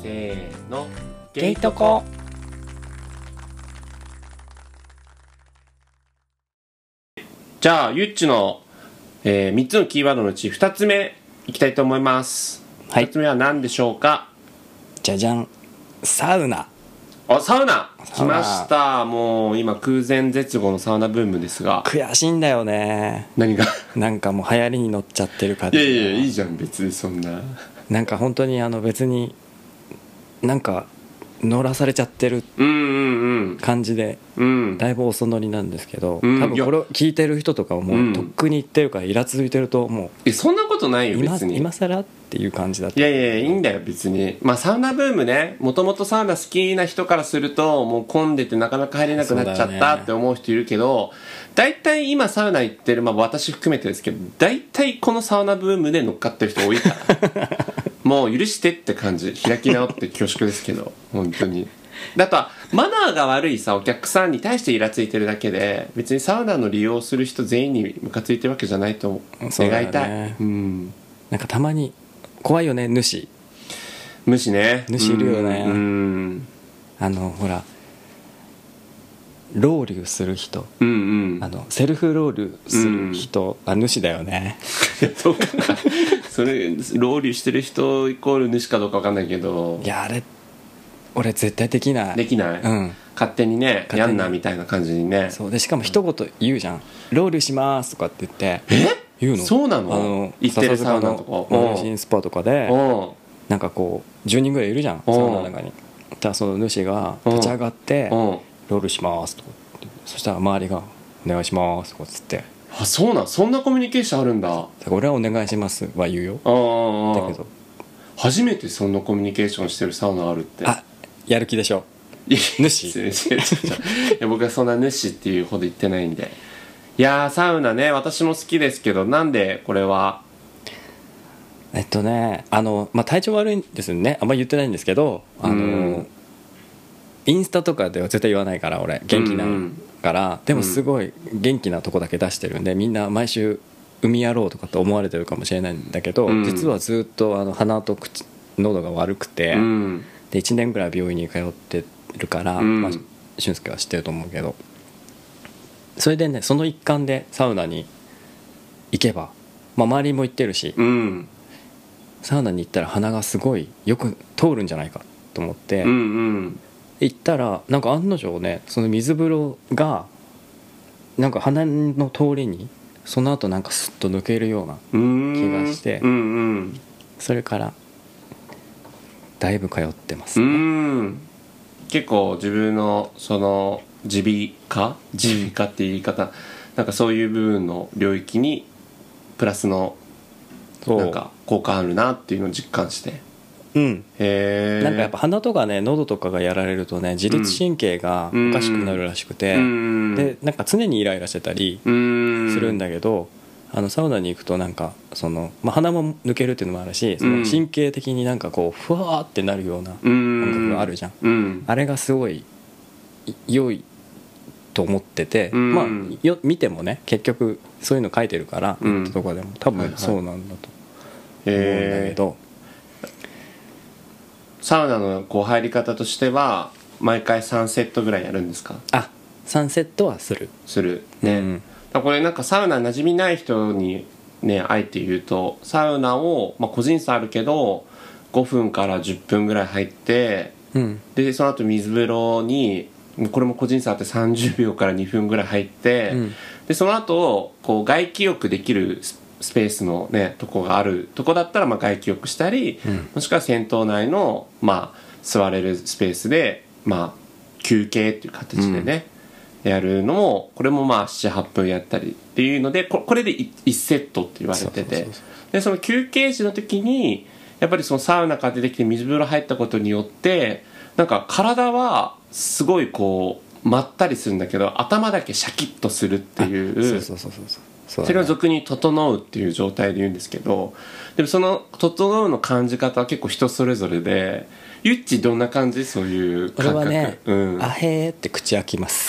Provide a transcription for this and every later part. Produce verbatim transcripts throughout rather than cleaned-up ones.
せーの、 ゲイトコ。 じゃあゆっちの、えー、みっつのキーワードのうちふたつめいきたいと思います。 はい、 ふたつめは何でしょうか。 じゃじゃん、サウナ。 あ、サウナ来ました。もう今空前絶後のサウナブームですが、 悔しいんだよね。 何がなんかもう流行りに乗っちゃってる感じ。 いやいやいいじゃん別にそんな。 なんか本当にあの別になんか乗らされちゃってるうんうんうん感じで、 うん、 だいぶおそ乗りなんですけど、 うん、 多分これを聞いてる人とかはもうんうとっくに言ってるからイラついてると思う。 えそんなことないよ今別に。 今更っていう感じだった。 いやいやいいんだよ別に。まあサウナブームね、もともとサウナ好きな人からするともう混んでてなかなか入れなくなっちゃったって思う人いるけど、大体今サウナ行ってる、まあ私含めてですけど、大体このサウナブームで乗っかってる人多いからもう許してって感じ。開き直って恐縮ですけど本当に。あとはマナーが悪いさお客さんに対してイラついてるだけで、別にサウナの利用する人全員にムカついてるわけじゃないとそうだよね。 願いたい。うん、 なんかたまに怖いよね、主主ね。 主いるよね。 うん、 あのほらロウリュする人、 うんうん、 あのセルフロウリュする人、うん、あ主だよね。 そうかそれロウリュしてる人イコール主かどうか分かんないけど、 いやあれ俺絶対できない。 できない、 うん、 勝手にねやんなみたいな感じにね。 そうでしかも一言言うじゃん、ロウリュしますとかって言って。 え言うの？ そうなの？ あの行ってるサウナとかマルシンスパとかでなんかこうじゅうにんぐらいいるじゃん、サウナの中に。ただその主が立ち上がってロウリュしますとかって、そしたら周りがお願いしますとかっつって。 あ、そうなん、そんなコミュニケーションあるんだ。だから俺はお願いしますは言うよ。 ああ、 だけど初めてそんなコミュニケーションしてるサウナあるって。 あ、やる気でしょ。 いや主違う違う違ういや僕はそんな主っていうほど言ってないんで。いやーサウナね私も好きですけど、なんでこれは。 えっとねあの、まあ、体調悪いんですよね。あんまり言ってないんですけど、あの、うん、インスタとかでは絶対言わないから俺元気ないから、うんうん、でもすごい元気なとこだけ出してるんで、みんな毎週海やろうとかって思われてるかもしれないんだけど、うん、実はずっとあの鼻と口喉が悪くて、うん、でいちねんぐらい病院に通ってるから、うんまあ、俊介は知ってると思うけど、それでねその一環でサウナに行けば、まあ、周りも行ってるし、うん、サウナに行ったら鼻がすごいよく通るんじゃないかと思って、うんうん、行ったらなんか案の定ね、その水風呂がなんか鼻の通りにその後なんかスッと抜けるような気がして、うんうん、それからだいぶ通ってますね。うん、 結構自分のその耳鼻科耳鼻科っていう言い方、なんかそういう部分の領域にプラスのなんか効果あるなっていうのを実感して。 うん、へなんかやっぱ鼻とかね喉とかがやられるとね、自律神経がおかしくなるらしくて、うん、でなんか常にイライラしてたりするんだけど、あのサウナに行くとなんかその、まあ、鼻も抜けるっていうのもあるし、その神経的になんかこうふわーってなるような感覚があるじゃん、うん、あれがすごい良いと思ってて、うん、まあよ見てもね結局そういうの書いてるから、うん、とかでも多分そうなんだと思うんだけど、 サウナのこう入り方としては毎回さんセットぐらいやるんですか？ あ、さんセットはするするね、うん、だこれなんかサウナ馴染みない人にねあえて言うと、サウナを、まあ、個人差あるけどごふんからじゅっぷんぐらい入って、うん、でその後水風呂にこれも個人差あってさんじゅうびょうからにふんぐらい入って、うん、でその後こう外気浴できるスペースのねとこがあるとこだったらまあ外気浴したり、うん、もしくは銭湯内のまあ座れるスペースでまあ休憩っていう形でね、うん、やるのもこれもまあななはっぷんやったりっていうので、ここれでいちセットって言われてて、でその休憩時の時にやっぱりそのサウナから出てきて水風呂入ったことによってなんか体はすごいこうまったりするんだけど頭だけシャキッとするっていう、そうそうそうそうそう、それを俗に整うっていう状態で言うんですけど、でもその整うの感じ方は結構人それぞれで、ゆっちどんな感じ？そういう感覚。 俺はね、 うん、 あへーって口開きます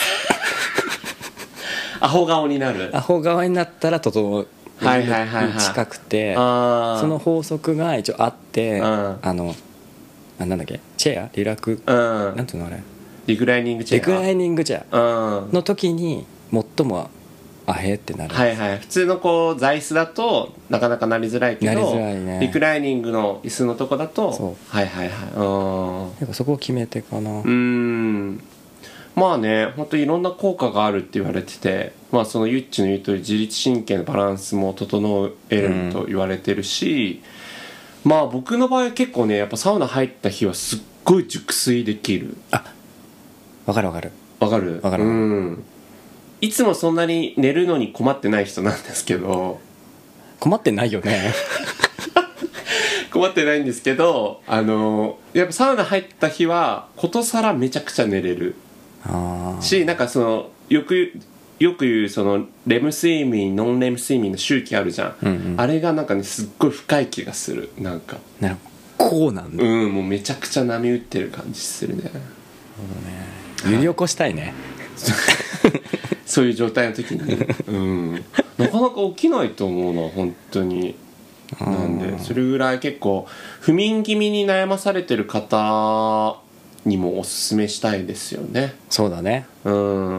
アホ顔になる。 アホ顔になったら整う、 はいはいはいはい、 近くて、その法則が一応あって、うん、あのあなんだっけチェアリラク、 うん、 なんていうのあれリクライニングチェアリクライニングチェアうんの時に最もあへーってなる。 はいはい、普通のこう座椅子だとなかなかなりづらいけど、 なりづらいね、 リクライニングの椅子のとこだとそうはいはいはいうんやっぱそこを決めてかな。 うーんまあね本当いろんな効果があるって言われてて、まあそのユッチの言う通り自律神経のバランスも整えると言われてるし、うん、まあ僕の場合結構ねやっぱサウナ入った日はすっごい熟睡できる。 あわかるわかるわかるわかる、 うんいつもそんなに寝るのに困ってない人なんですけど困ってないよね困ってないんですけどあのやっぱサウナ入った日はことさらめちゃくちゃ寝れるあしなんかそのよくよく言うそのレム睡眠ノンレム睡眠の周期あるじゃん、うんうん、あれがなんかねすっごい深い気がするなんかなるこうなんだうんもうめちゃくちゃ波打ってる感じするね。なるほどね揺り起こしたいねそういう状態の時に、うん、なかなか起きないと思うな本当に。なんでそれぐらい結構不眠気味に悩まされてる方にもおすすめしたいですよね。 そうだね、うん、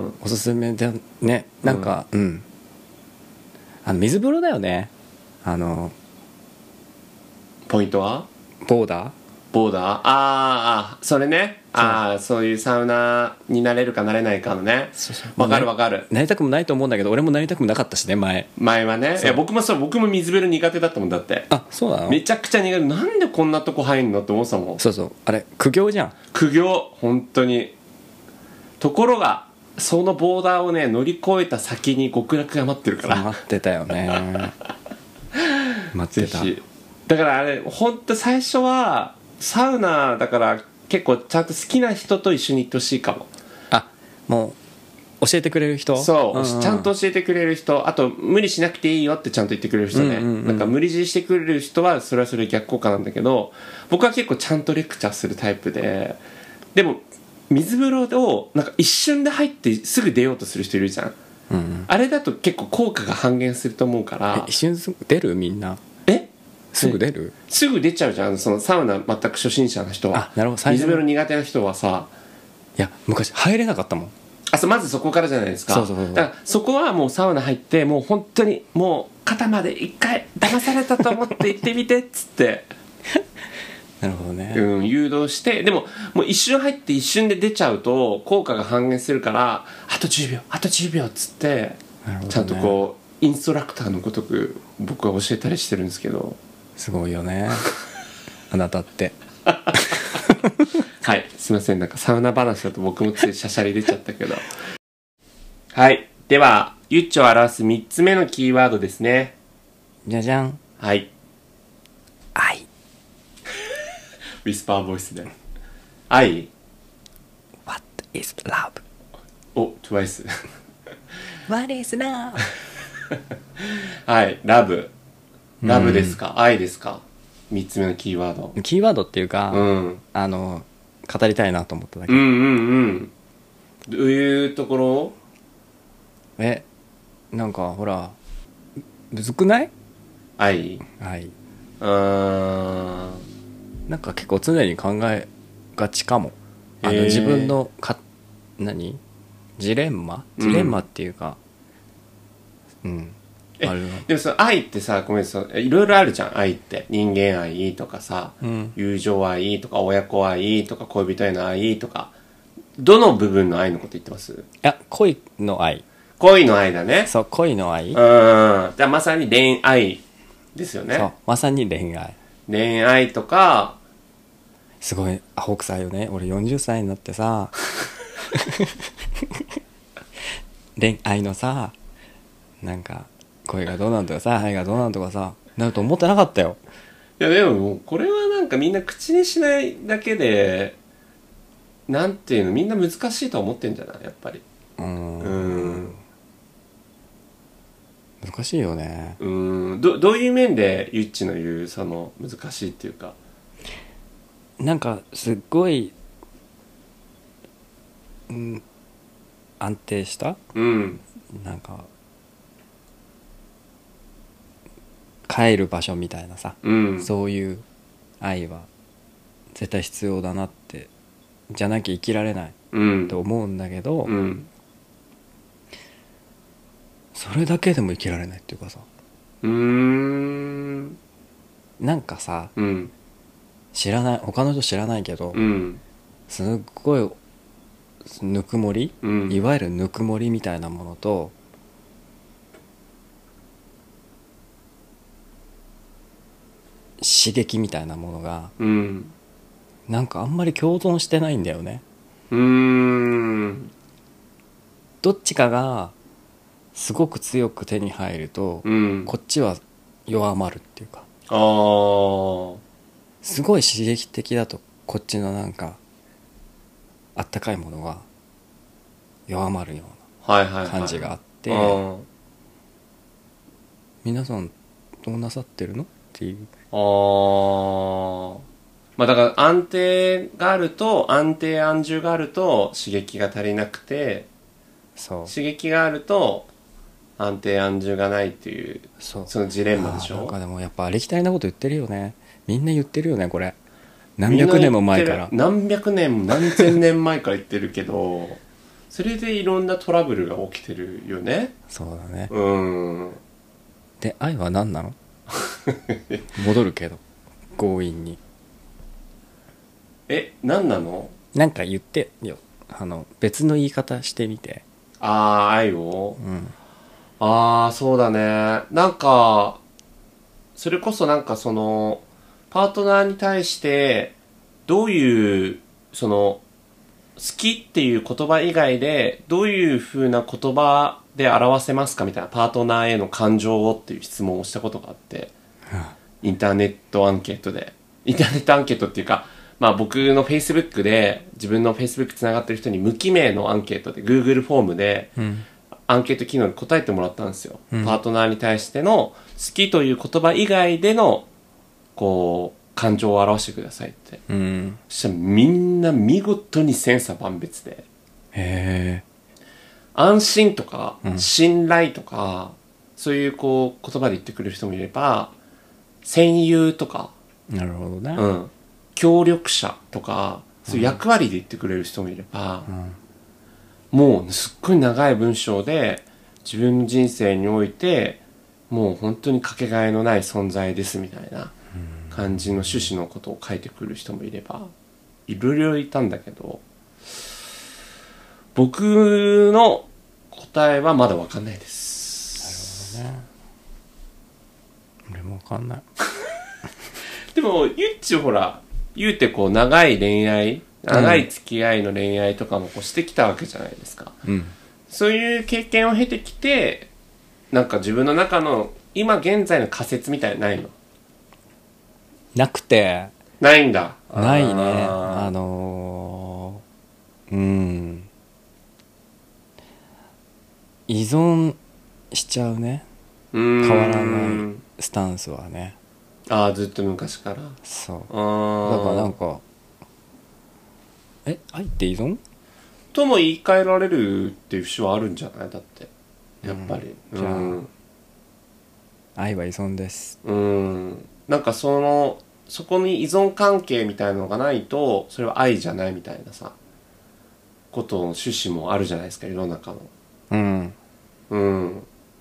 おすすめでねなんかうん、うん、あの水風呂だよね。あのポイントはボーダーボーダーあーあそれねああそういうサウナになれるかなれないかのねわかるわかる。 なりたくもないと思うんだけど俺もなりたくもなかったしね前前はね。いや僕もそう僕も水風呂苦手だったもんだって。 あそうなの。 めちゃくちゃ苦手なんでこんなとこ入んのって思ってたもん。 そうそうあれ苦行じゃん苦行本当に。ところがそのボーダーをね乗り越えた先に極楽が待ってるから待ってたよね待ってた。 だからあれ本当最初はサウナだから結構ちゃんと好きな人と一緒に行ってほしいかも。 あもう教えてくれる人そう、 うんうん、 ちゃんと教えてくれる人あと無理しなくていいよってちゃんと言ってくれる人ね、うんうんうん、なんか無理強いしてくれる人はそれはそれ逆効果なんだけど僕は結構ちゃんとレクチャーするタイプででも水風呂をなんか一瞬で入ってすぐ出ようとする人いるじゃん、うんうん、あれだと結構効果が半減すると思うから一瞬出るみんなえすぐ出るすぐ出ちゃうじゃんそのサウナ全く初心者の人は。あなるほど。水風呂苦手な人はさいや昔入れなかったもん。 あそうまずそこからじゃないですか。そうそうそうそう。だからそこはもうサウナ入ってもう本当にもう肩まで一回騙されたと思って行ってみてっつってなるほどね、 うん、誘導してでももう一瞬入って一瞬で出ちゃうと効果が半減するからあとじゅうびょうあとじゅうびょうっつって、ね、ちゃんとこうインストラクターのごとく僕は教えたりしてるんですけどすごいよねあなたってはいすいませんなんかサウナ話だと僕もついシャシャリ出ちゃったけどはいではゆっちを表すみっつめのキーワードですね。 じゃじゃん。 はい愛ウィスパーボイスで愛 What is love? お、トゥワイス What is love? はいラブラブですか、うん、愛ですか。みっつめのキーワードキーワードっていうか、 うん、 あの語りたいなと思っただけ。 うんうんうんどういうところえなんかほらむずくない愛愛うーんなんか結構常に考えがちかも。あの自分のか何ジレンマジレンマっていうかうん、うんえでもさ愛ってさごめんなさいいろいろあるじゃん愛って人間愛とかさ、うん、友情愛とか親子愛とか恋人への愛とかどの部分の愛のこと言ってます？いや恋の愛恋の愛だね。 そう恋の愛うんじゃあまさに恋愛ですよね。 そうまさに恋愛恋愛とかすごいアホ臭いよね俺よんじゅっさいになってさ恋愛のさなんか恋がどうなんとかさ愛がどうなんとかさなると思ってなかったよ。 いやでもこれはなんかみんな口にしないだけでなんていうのみんな難しいと思ってんじゃないやっぱり。うーんうん難しいよね。 うん ど, どういう面でゆっちの言うその難しいっていうかなんかすっごい、うん、安定した、 うん、 なんか帰る場所みたいなさ、 うん、 そういう愛は絶対必要だなって、じゃなきゃ生きられないうんと思うんだけど、 うん、 それだけでも生きられないっていうかさ、 うーん、 なんかさ、 うん、 知らない他の人知らないけど、 うん、 すっごいぬくもり、 うん、 いわゆるぬくもりみたいなものと刺激みたいなものがうん、 なんかあんまり共存してないんだよね。 うーん、 どっちかがすごく強く手に入ると、 うん、 こっちは弱まるっていうか、 あー、 すごい刺激的だとこっちのなんかあったかいものが弱まるよはいはいはい、 うな感じがあって、 あー、 皆さんどうなさってるのっていう。 あー、まあだから安定があると、安定安住があると刺激が足りなくて、 そう刺激があると安定安住がないっていう、 そうそのジレンマでしょ。 あーなんかでもやっぱありきたりなこと言ってるよね。みんな言ってるよねこれ。何百年も前から何百年も何千年前から言ってるけどそれでいろんなトラブルが起きてるよね。 そうだね。 うんで愛は何なの戻るけど強引にえ、何なの。 なんか言ってよ、あの別の言い方してみて。 ああ、愛を、 うん、 ああ、そうだね。なんかそれこそなんかそのパートナーに対してどういうその好きっていう言葉以外でどういう風な言葉で表せますかみたいな、パートナーへの感情をっていう質問をしたことがあって、インターネットアンケートで、インターネットアンケートっていうか、まあ僕の Facebook で自分の Facebook つながってる人に無記名のアンケートで Google フォームでアンケート機能に答えてもらったんですよ、うん、パートナーに対しての好きという言葉以外でのこう感情を表してくださいって、うん、そしたらみんな見事に千差万別で、 へー、 安心とか信頼とか、うん、そういうこう言葉で言ってくれる人もいれば、戦友とか、 なるほどね、 うん、協力者とかそういう役割で言ってくれる人もいれば、うん、もうすっごい長い文章で自分の人生においてもう本当にかけがえのない存在ですみたいな感じの趣旨のことを書いてくる人もいれば、いろいろいたんだけど、僕の答えはまだ分かんないです。 なるほどね。俺も分かんないでもゆっちほら言うてこう長い恋愛長い付き合いの恋愛とかもこうしてきたわけじゃないですか、うん、そういう経験を経てきてなんか自分の中の今現在の仮説みたいなのないの？ なくて。 ないんだ。 ないね。あのー、うん依存しちゃうね。変わらないスタンスはね。 ああ、ずっと昔から。 そう。あだからなんかえ愛って依存とも言い換えられるっていう節はあるんじゃない？だってやっぱり、うん、じゃあ、うん、 愛は依存です。 うんなんかそのそこに依存関係みたいなのがないとそれは愛じゃないみたいなさことの趣旨もあるじゃないですか、世の中の。うんうん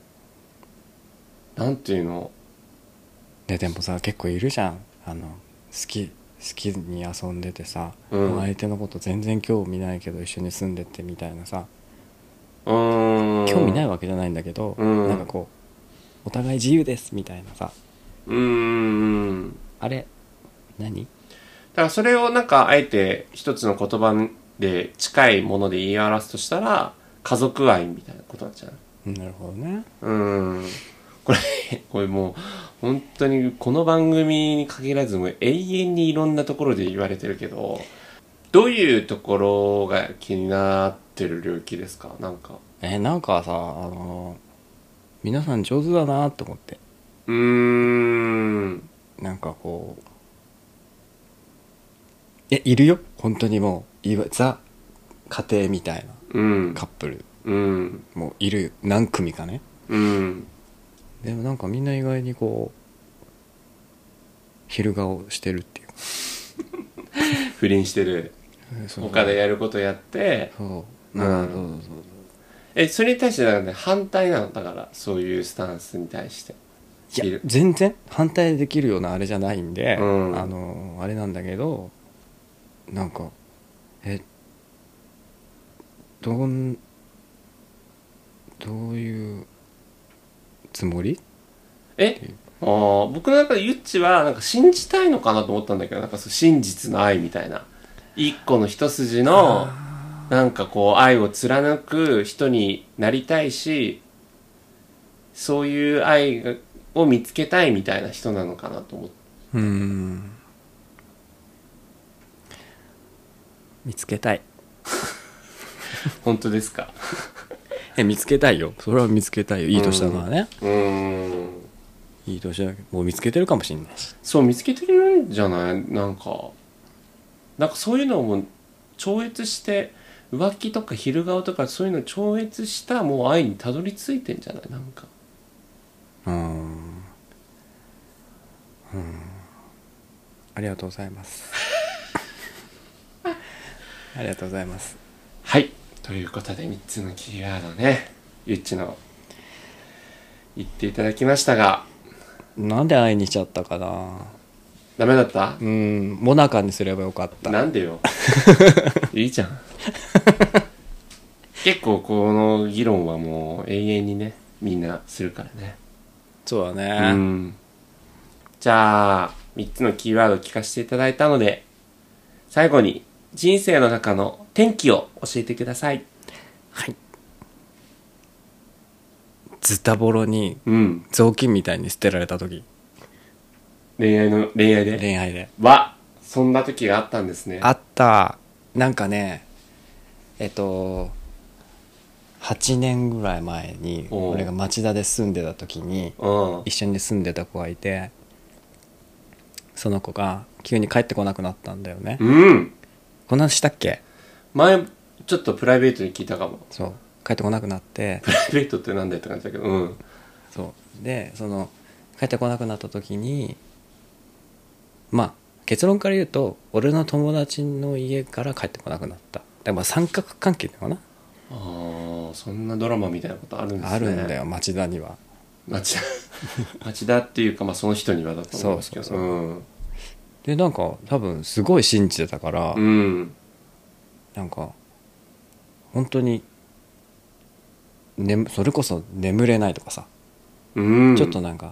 なんていうのででもさ結構いるじゃん、あの好き好きに遊んでてさ、うん、相手のこと全然興味ないけど一緒に住んでてみたいなさ、うーん興味ないわけじゃないんだけど、うん、なんかこうお互い自由ですみたいなさ、うーんあれ何？ だからそれをなんかあえて一つの言葉で近いもので言い表すとしたら家族愛みたいなことなんじゃない？ なるほどね。 うんこれこれもう本当にこの番組に限らずもう永遠にいろんなところで言われてるけど、どういうところが気になってる領域ですか？なんかえー、なんかさあの皆さん上手だなと思って。 うーんなんかこうえいるよ本当にもういわザ家庭みたいな、うん、カップル、うん、もういる何組かね、うん、でもなんかみんな意外にこう昼顔してるっていう不倫してる、他でやることやって、 そう、うん、そうそうそう。 え、それに対してだからね、反対なのだから、そういうスタンスに対して。 いや全然反対できるようなあれじゃないんで、 うん、 あのあれなんだけど、なんかえどんどういうつもり？ えああ、僕の中でゆっちはなんか信じたいのかなと思ったんだけど、なんかそう真実の愛みたいな一個の一筋のなんかこう愛を貫く人になりたいし、そういう愛を見つけたいみたいな人なのかなと思って。 うーん、見つけたい。 本当ですか？ え、見つけたいよ。それは見つけたいよ。いい年だからね。 うーん、 いい年だけどもう見つけてるかもしれないし。 そう見つけてるんじゃない？なんかなんかそういうのも超越して、浮気とか昼顔とかそういうの超越したもう愛にたどり着いてんじゃない？なんかうーん、うん、ありがとうございます。ありがとうございます。 はい、ということでみっつのキーワードね、ゆっちの言っていただきましたが、 なんで会いにしちゃったかな。 ダメだった？ うん、モナカにすればよかった。 なんでよ。いいじゃん。結構この議論はもう永遠にねみんなするからね。 そうだね。 うん。じゃあみっつのキーワードを聞かせていただいたので、最後に人生の中の転機を教えてください。 はい。ズタボロに雑巾みたいに捨てられた時。 恋愛の恋愛で恋愛ではそんな時があったんですね。 あった。なんかね、えっとはちねんぐらい前に俺が町田で住んでた時に一緒に住んでた子がいて、その子が急に帰ってこなくなったんだよね。 うん。 こんな話したっけ？ 前ちょっとプライベートに聞いたかも。 そう、帰ってこなくなって。 プライベートってなんだよって感じだけど、うん。 そうで、その帰ってこなくなった時に、まあ結論から言うと俺の友達の家から帰ってこなくなった。だからまあ三角関係だよな。 ああ、そんなドラマみたいなことあるんですね。 あるんだよ町田には。 町田町田っていうか、まあその人にはだと思うんですけど。 そうそうそう、 うん、 でなんか多分すごい信じてたから、 うん、 なんか本当に、ね、それこそ眠れないとかさ、 うん、 ちょっとなんか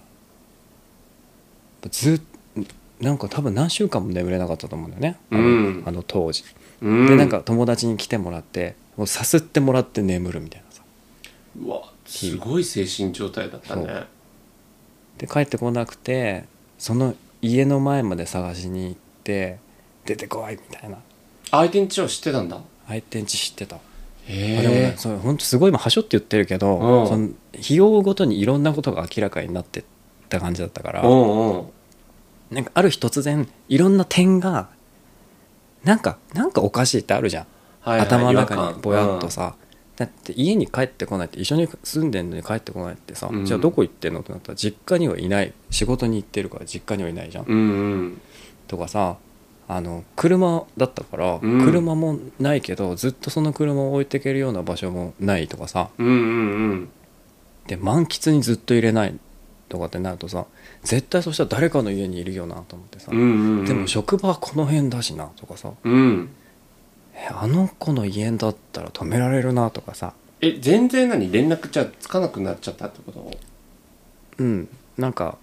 ずっなんか多分何週間も眠れなかったと思うんだよね、あの、うん、あの当時、うん、でなんか友達に来てもらってもうさすってもらって眠るみたいなさ。 うわ、すごい精神状態だったね。 で帰ってこなくて、その家の前まで探しに行って出てこいみたいな。 相手ん家を知ってたんだ。 相手ん家知ってた。 へえ。 でもね、それ本当すごい今はしょって言ってるけど、うん、その日をごとにいろんなことが明らかになってった感じだったから、うんうん、なんかある日突然いろんな点がなんかなんかおかしいってあるじゃん、はいはい、頭の中にぼやっとさ、うん、だって家に帰ってこないって、一緒に住んでんのに帰ってこないってさ、うん、じゃあどこ行ってんのってなったら実家にはいない、仕事に行ってるから実家にはいないじゃん、うんうん、とかさ、あの車だったから、うん、車もないけどずっとその車を置いていけるような場所もないとかさ、うんうんうん、で満喫にずっと入れないとかってなるとさ、絶対そしたら誰かの家にいるよなと思ってさ、うんうんうん、でも職場はこの辺だしなとかさ、うん、えあの子の家だったら止められるなとかさ。 え全然何連絡じゃつかなくなっちゃったってこと？ うん、なんか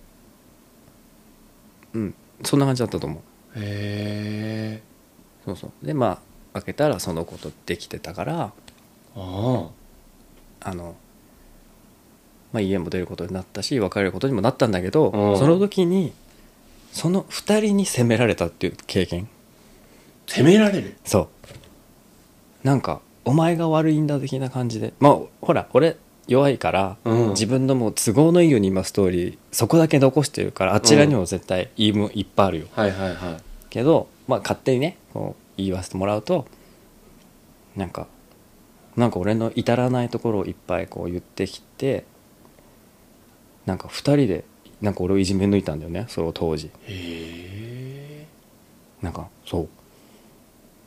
うんそんな感じだったと思う。 へえ。 そうそうでまあ開けたらその子とできてたから、ああのまあ、家も出ることになったし別れることにもなったんだけど、その時にそのふたりに責められたっていう経験。 責められる？ そうなんかお前が悪いんだ的な感じで、まあほら俺弱いから、うん、自分のもう都合のいいように今ストーリーそこだけ残してるから、あちらにも絶対いいもいっぱいあるよ、 うん、はいはいはい。 けどまあ勝手にねこう言わせてもらうと、なんかなんか俺の至らないところをいっぱいこう言ってきて、なんかふたりでなんか俺をいじめ抜いたんだよね、その当時。へえ。なんかそう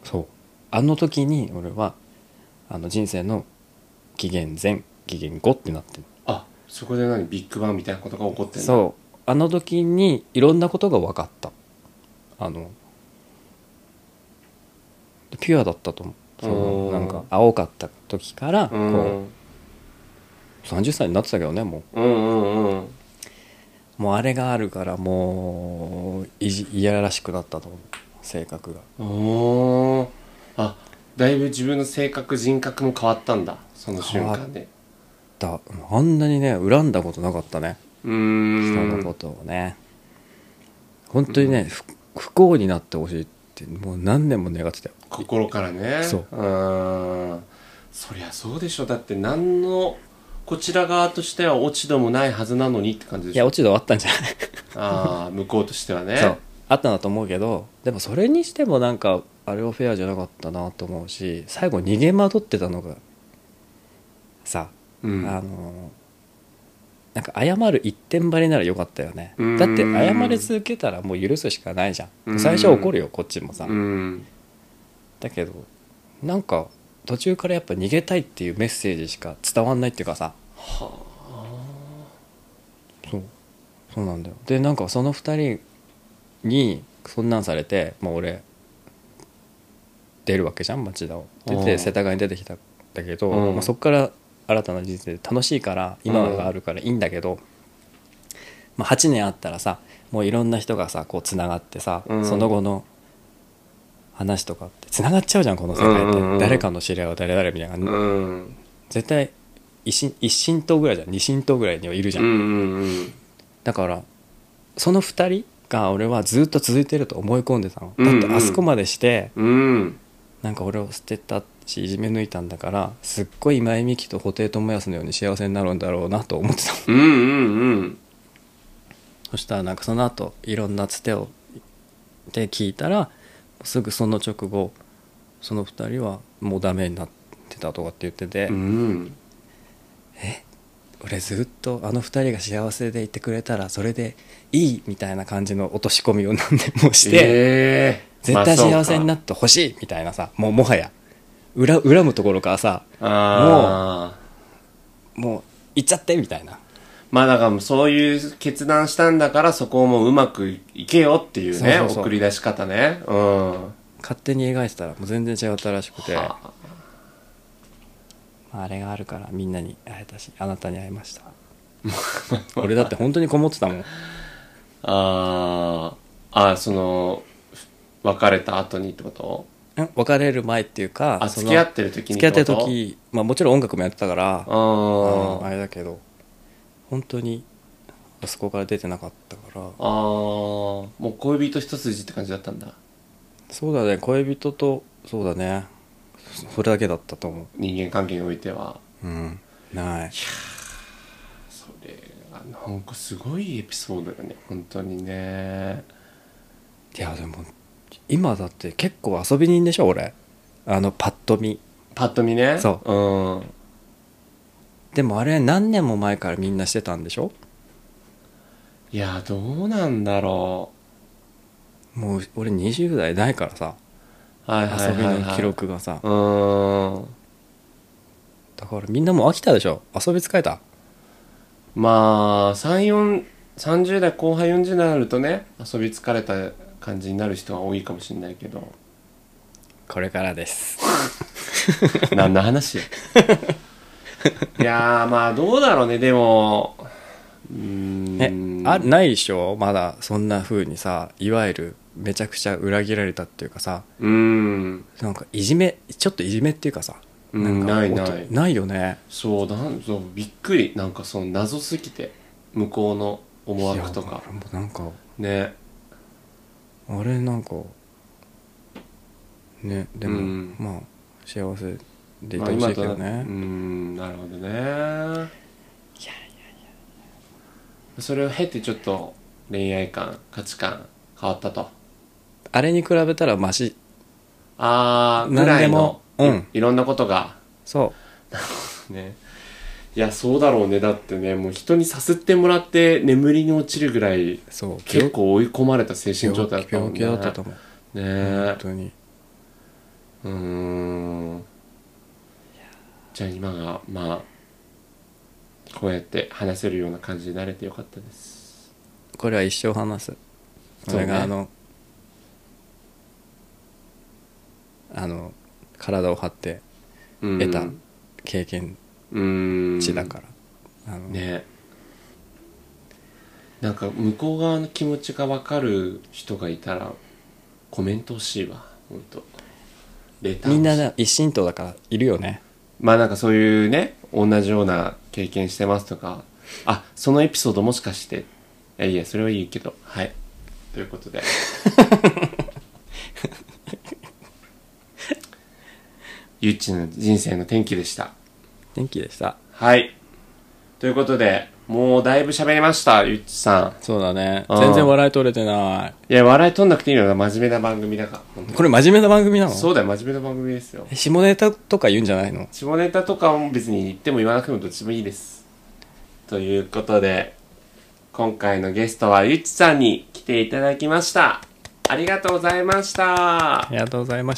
そうあの時に俺はあの人生の紀元前紀元後ってなってる。 あ、そこで何ビッグバンみたいなことが起こってんだ。 そうあの時にいろんなことが分かった。あのピュアだったと思う。そのなんか青かった時からこうさんじゅっさいになってたけどねもう、うんうんうん、もうあれがあるからもういじいやらしくなったと思う性格が。 おあ、だいぶ自分の性格人格も変わったんだその瞬間で。 だあんなにね恨んだことなかったね。 うーん人のことをね本当にね、うん、不幸になってほしいってもう何年も願ってたよ心からね。 そううんそりゃそうでしょ。だって何のこちら側としては落ち度もないはずなのにって感じでしょ。 いや落ち度あったんじゃないああ向こうとしてはねそうあったんだと思うけどでもそれにしてもなんかあれはフェアじゃなかったなと思うし最後逃げ惑ってたのがさ、うん、あのなんか謝る一点張りならよかったよね。だって謝り続けたらもう許すしかないじゃん。最初は怒るよこっちもさ。だけどなんか途中からやっぱ逃げたいっていうメッセージしか伝わんないっていうかさ。はあ。そうそうなんだよ。でなんかその二人にそんなんされて、まあ、俺出るわけじゃん町田を出て世田谷に出てきたんだけど、まあ、そっから新たな人生で楽しいから今があるからいいんだけど、まあ、はちねんあったらさもういろんな人がさこうつながってさ、うん、その後の話とかってつながっちゃうじゃんこの世界って、うんうん、誰かの知り合いは誰々みたいな、うん、絶対一神一神党ぐらいじゃん二神党ぐらいにはいるじゃん、うんうんうん、だからそのふたりが俺はずっと続いてると思い込んでたの、うんうん、だってあそこまでして、うん、なんか俺を捨てたしいじめ抜いたんだからすっごい今井美樹と布袋寅泰のように幸せになるんだろうなと思ってたもん、うんうんうん、そしたらなんかその後いろんなつてをで聞いたらすぐその直後そのふたりはもうダメになってたとかって言ってて、うん、え俺ずっとあのふたりが幸せでいてくれたらそれでいいみたいな感じの落とし込みを何年もして、えー、絶対幸せになってほしいみたいなさもうもはや恨, 恨むところからさもうもう行っちゃってみたいな。 まあだからそういう決断したんだからそこをもううまくいけよっていうね。そうそうそう送り出し方ね、うん、 勝手に描いてたらもう全然違ったらしくて、はあ、まあ、あれがあるからみんなに会えたしあなたに会いました俺だって本当にこもってたもんああその別れた後にってこと？ 別れる前っていうかあ付き合ってる時に付き合ってる時、まあ、もちろん音楽もやってたからああれだけど本当にあそこから出てなかったからああもう恋人一筋って感じだったんだ。 そうだね恋人とそうだねそれだけだったと思う人間関係においてはうんない。いやそれがなんかすごいエピソードだよね本当にね。 いやでも今だって結構遊び人でしょ俺あのパッと見パッと見ねそう、うん、でもあれ何年も前からみんなしてたんでしょ。 いやどうなんだろうもう俺にじゅう代ないからさ、はいはいはいはい、遊びの記録がさうんだからみんなもう飽きたでしょ遊び疲れた。 まあさんじゅうよん さんじゅう代後半よんじゅう代になるとね遊び疲れた感じになる人が多いかもしれないけどこれからです何の話いやまあどうだろうね。でもうーんえあないでしょまだそんな風にさいわゆるめちゃくちゃ裏切られたっていうかさうーんなんかいじめちょっといじめっていうかさなんかないないないよね。 そうなんそうびっくりなんかその謎すぎて向こうの思惑とかなんかねあれなんかねでも、うん、まあ幸せでいてほしいけどね、まあ、 うんなるほどね。いやいやいやそれを経てちょっと恋愛観価値観変わったと。 あれに比べたらマシあーぐらいのうん、いろんなことがそうね。いやそうだろうね。だってねもう人にさすってもらって眠りに落ちるぐらいそう結構追い込まれた精神状態だったもんね。 病気だったと思うね。本当にうーん。じゃあ今がまあこうやって話せるような感じになれてよかったです。 これは一生話す。 そうね俺があのあの体を張って得た経験値だから、あのね。なんか向こう側の気持ちが分かる人がいたらコメント欲しいわ。本当レター欲しい。 みんなだ一心党だからいるよね。 まあなんかそういうね、同じような経験してますとか、あ、そのエピソードもしかして、いやいやそれはいいけど、はい、ということでゆっちの人生の転機でした。 転機でした。 はい、ということでもうだいぶ喋りました、ゆっちさん。 そうだね、 うん、 全然笑い取れてない。 いや笑い取んなくていいのが真面目な番組だから。 これ真面目な番組なの？ そうだよ、真面目な番組ですよ。 下ネタとか言うんじゃないの？ 下ネタとかも別に言っても言わなくてもどっちもいいです。ということで今回のゲストはゆっちさんに来ていただきました。ありがとうございました。 ありがとうございました。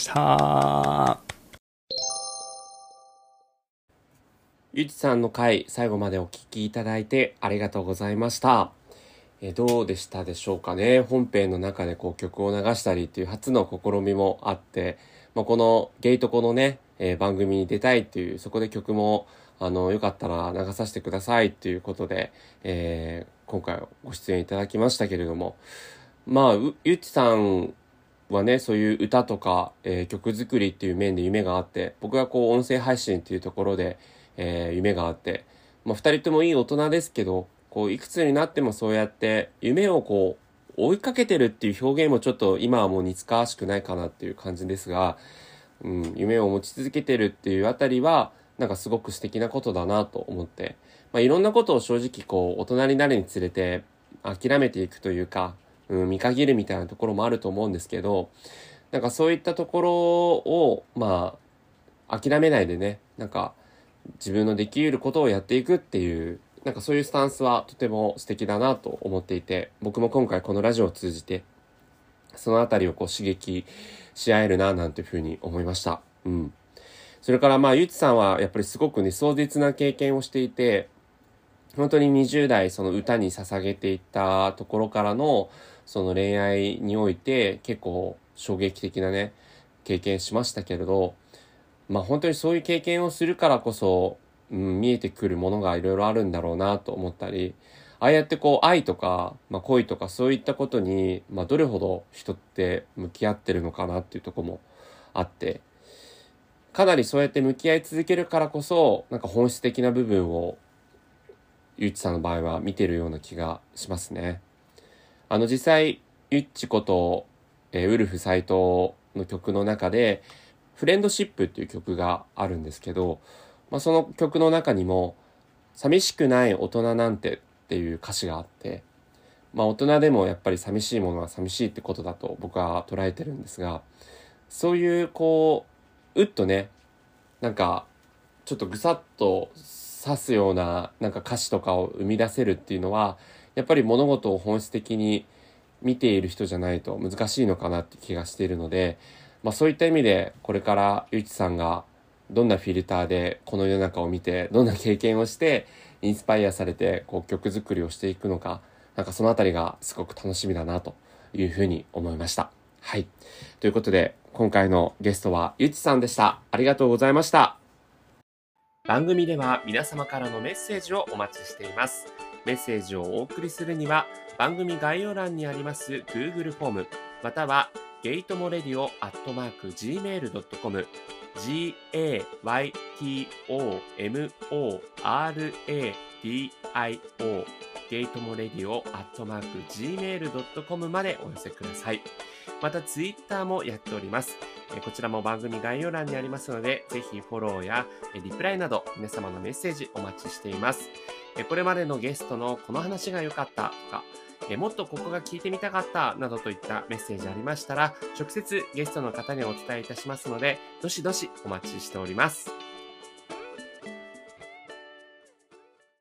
ゆっちさんの回最後までお聞きいただいてありがとうございました。えどうでしたでしょうかね。本編の中でこう曲を流したりっていう初の試みもあって、まあ、このゲイトコのね、えー、番組に出たいっていう、そこで曲もあのよかったら流させてくださいっていうことで、えー、今回ご出演いただきましたけれども、まあゆっちさんはね、そういう歌とか、えー、曲作りっていう面で夢があって、僕はこう音声配信っていうところで、えー、夢があって、まあ、ふたりともいい大人ですけど、こういくつになってもそうやって夢をこう追いかけてるっていう表現もちょっと今はもう似つかわしくないかなっていう感じですが、うん、夢を持ち続けてるっていうあたりはなんかすごく素敵なことだなと思って、まあ、いろんなことを正直こう大人になるにつれて諦めていくというか、うん、見限るみたいなところもあると思うんですけど、なんかそういったところをまあ諦めないでね、なんか自分のできることをやっていくっていう、なんかそういうスタンスはとても素敵だなと思っていて、僕も今回このラジオを通じてそのあたりをこう刺激し合えるななんていうふうに思いました。うん。それからまあゆうちさんはやっぱりすごくね壮絶な経験をしていて、本当ににじゅう代その歌に捧げていったところからのその恋愛において結構衝撃的なね経験しましたけれど、まあ本当にそういう経験をするからこそ、うん、見えてくるものがいろいろあるんだろうなと思ったり、ああやってこう愛とか、まあ、恋とかそういったことに、まあ、どれほど人って向き合ってるのかなっていうところもあって、かなりそうやって向き合い続けるからこそなんか本質的な部分をゆっちさんの場合は見てるような気がしますね。あの実際ゆっちこと、えー、ウルフ斎藤の曲の中でフレンドシップっていう曲があるんですけど、まあ、その曲の中にも寂しくない大人なんてっていう歌詞があって、まあ大人でもやっぱり寂しいものは寂しいってことだと僕は捉えてるんですが、そういうこううっとね、なんかちょっとぐさっと刺すようななんか歌詞とかを生み出せるっていうのはやっぱり物事を本質的に見ている人じゃないと難しいのかなって気がしているので、まあそういった意味でこれからゆうちさんがどんなフィルターでこの世の中を見てどんな経験をしてインスパイアされてこう曲作りをしていくのか、なんかそのあたりがすごく楽しみだなというふうに思いました。はい。ということで今回のゲストはゆっちさんでした。ありがとうございました。番組では皆様からのメッセージをお待ちしています。メッセージをお送りするには番組概要欄にあります Google フォームまたはゲイトモレディオアットマーク ジーメールドットコム ジーエーワイティーオーエムオーアールエーディーアイオー ゲイトモレディオアットマーク ジーメールドットコム までお寄せください。またツイッターもやっております。こちらも番組概要欄にありますので、ぜひフォローやリプライなど皆様のメッセージお待ちしています。これまでのゲストのこの話が良かったとか、もっとここが聞いてみたかったなどといったメッセージありましたら、直接ゲストの方にお伝えいたしますので、どしどしお待ちしております。